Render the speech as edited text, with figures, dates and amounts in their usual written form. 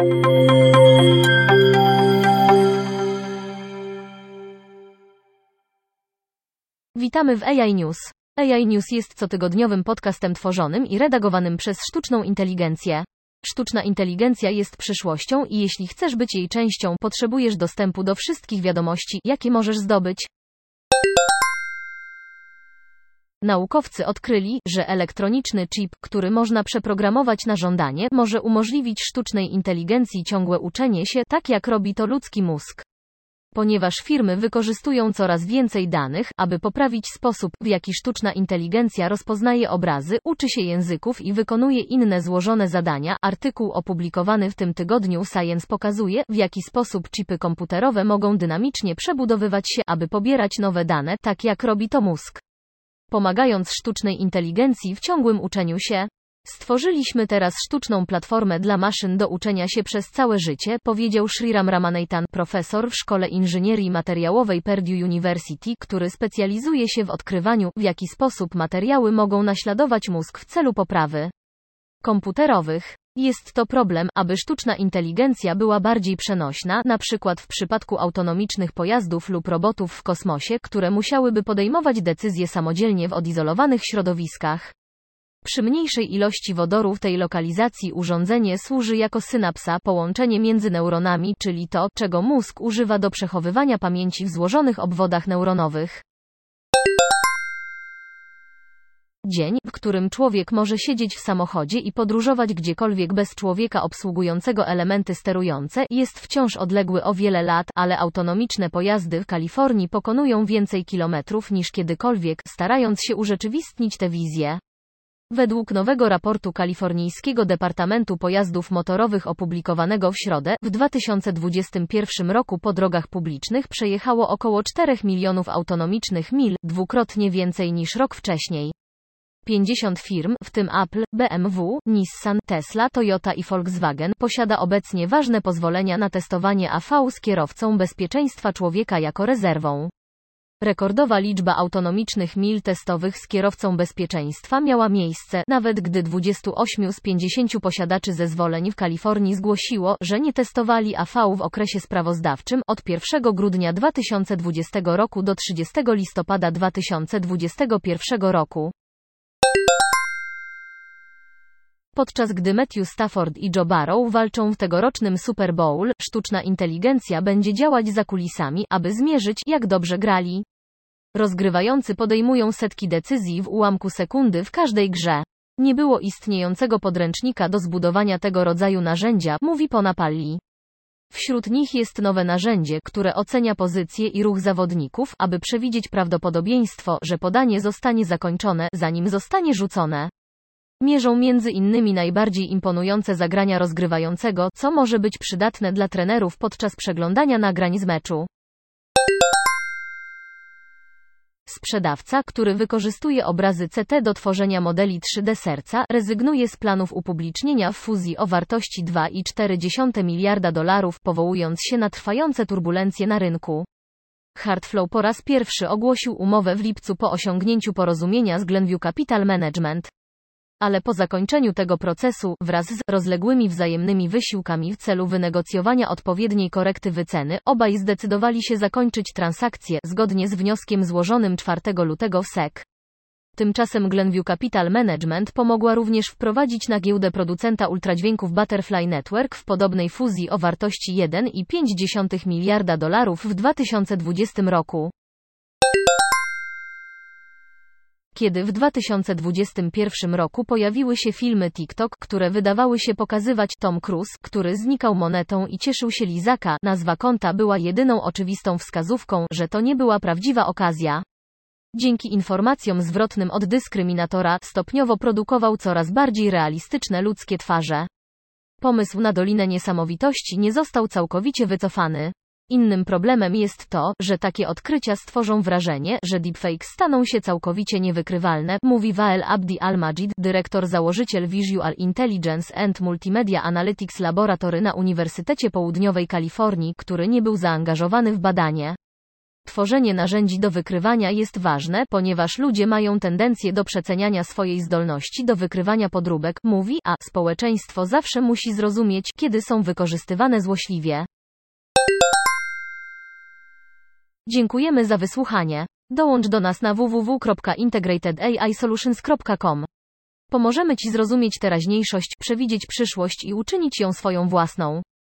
Witamy w AI News. AI News jest cotygodniowym podcastem tworzonym i redagowanym przez sztuczną inteligencję. Sztuczna inteligencja jest przyszłością i jeśli chcesz być jej częścią, potrzebujesz dostępu do wszystkich wiadomości, jakie możesz zdobyć. Naukowcy odkryli, że elektroniczny chip, który można przeprogramować na żądanie, może umożliwić sztucznej inteligencji ciągłe uczenie się, tak jak robi to ludzki mózg. Ponieważ firmy wykorzystują coraz więcej danych, aby poprawić sposób, w jaki sztuczna inteligencja rozpoznaje obrazy, uczy się języków i wykonuje inne złożone zadania, artykuł opublikowany w tym tygodniu Science pokazuje, w jaki sposób chipy komputerowe mogą dynamicznie przebudowywać się, aby pobierać nowe dane, tak jak robi to mózg. Pomagając sztucznej inteligencji w ciągłym uczeniu się. Stworzyliśmy teraz sztuczną platformę dla maszyn do uczenia się przez całe życie, powiedział Sriram Ramanathan, profesor w Szkole Inżynierii Materiałowej Purdue University, który specjalizuje się w odkrywaniu, w jaki sposób materiały mogą naśladować mózg w celu poprawy komputerowych. Jest to problem, aby sztuczna inteligencja była bardziej przenośna, na przykład w przypadku autonomicznych pojazdów lub robotów w kosmosie, które musiałyby podejmować decyzje samodzielnie w odizolowanych środowiskach. Przy mniejszej ilości wodoru w tej lokalizacji urządzenie służy jako synapsa, połączenie między neuronami, czyli to, czego mózg używa do przechowywania pamięci w złożonych obwodach neuronowych. Dzień, w którym człowiek może siedzieć w samochodzie i podróżować gdziekolwiek bez człowieka obsługującego elementy sterujące, jest wciąż odległy o wiele lat, ale autonomiczne pojazdy w Kalifornii pokonują więcej kilometrów niż kiedykolwiek, starając się urzeczywistnić tę wizję. Według nowego raportu kalifornijskiego Departamentu Pojazdów Motorowych opublikowanego w środę, w 2021 roku po drogach publicznych przejechało około 4 milionów autonomicznych mil, dwukrotnie więcej niż rok wcześniej. 50 firm, w tym Apple, BMW, Nissan, Tesla, Toyota i Volkswagen, posiada obecnie ważne pozwolenia na testowanie AV z kierowcą bezpieczeństwa człowieka jako rezerwą. Rekordowa liczba autonomicznych mil testowych z kierowcą bezpieczeństwa miała miejsce, nawet gdy 28 z 50 posiadaczy zezwoleń w Kalifornii zgłosiło, że nie testowali AV w okresie sprawozdawczym, od 1 grudnia 2020 roku do 30 listopada 2021 roku. Podczas gdy Matthew Stafford i Joe Burrow walczą w tegorocznym Super Bowl, sztuczna inteligencja będzie działać za kulisami, aby zmierzyć, jak dobrze grali. Rozgrywający podejmują setki decyzji w ułamku sekundy w każdej grze. Nie było istniejącego podręcznika do zbudowania tego rodzaju narzędzia, mówi Ponapalli. Wśród nich jest nowe narzędzie, które ocenia pozycję i ruch zawodników, aby przewidzieć prawdopodobieństwo, że podanie zostanie zakończone, zanim zostanie rzucone. Mierzą między innymi najbardziej imponujące zagrania rozgrywającego, co może być przydatne dla trenerów podczas przeglądania nagrań z meczu. Sprzedawca, który wykorzystuje obrazy CT do tworzenia modeli 3D serca, rezygnuje z planów upublicznienia fuzji o wartości $2,4 miliarda, powołując się na trwające turbulencje na rynku. Hardflow po raz pierwszy ogłosił umowę w lipcu po osiągnięciu porozumienia z Glenview Capital Management. Ale po zakończeniu tego procesu, wraz z rozległymi wzajemnymi wysiłkami w celu wynegocjowania odpowiedniej korekty wyceny, obaj zdecydowali się zakończyć transakcję, zgodnie z wnioskiem złożonym 4 lutego w SEC. Tymczasem Glenview Capital Management pomogła również wprowadzić na giełdę producenta ultradźwięków Butterfly Network w podobnej fuzji o wartości $1,5 miliarda w 2020 roku. Kiedy w 2021 roku pojawiły się filmy TikTok, które wydawały się pokazywać Tom Cruise, który znikał monetą i cieszył się lizaka, nazwa konta była jedyną oczywistą wskazówką, że to nie była prawdziwa okazja. Dzięki informacjom zwrotnym od dyskryminatora, stopniowo produkował coraz bardziej realistyczne ludzkie twarze. Pomysł na Dolinę Niesamowitości nie został całkowicie wycofany. Innym problemem jest to, że takie odkrycia stworzą wrażenie, że deepfakes staną się całkowicie niewykrywalne, mówi Wael Abdi Al-Majid, dyrektor-założyciel Visual Intelligence and Multimedia Analytics Laboratory na Uniwersytecie Południowej Kalifornii, który nie był zaangażowany w badanie. Tworzenie narzędzi do wykrywania jest ważne, ponieważ ludzie mają tendencję do przeceniania swojej zdolności do wykrywania podróbek, mówi, a społeczeństwo zawsze musi zrozumieć, kiedy są wykorzystywane złośliwie. Dziękujemy za wysłuchanie. Dołącz do nas na www.integratedAIsolutions.com. Pomożemy Ci zrozumieć teraźniejszość, przewidzieć przyszłość i uczynić ją swoją własną.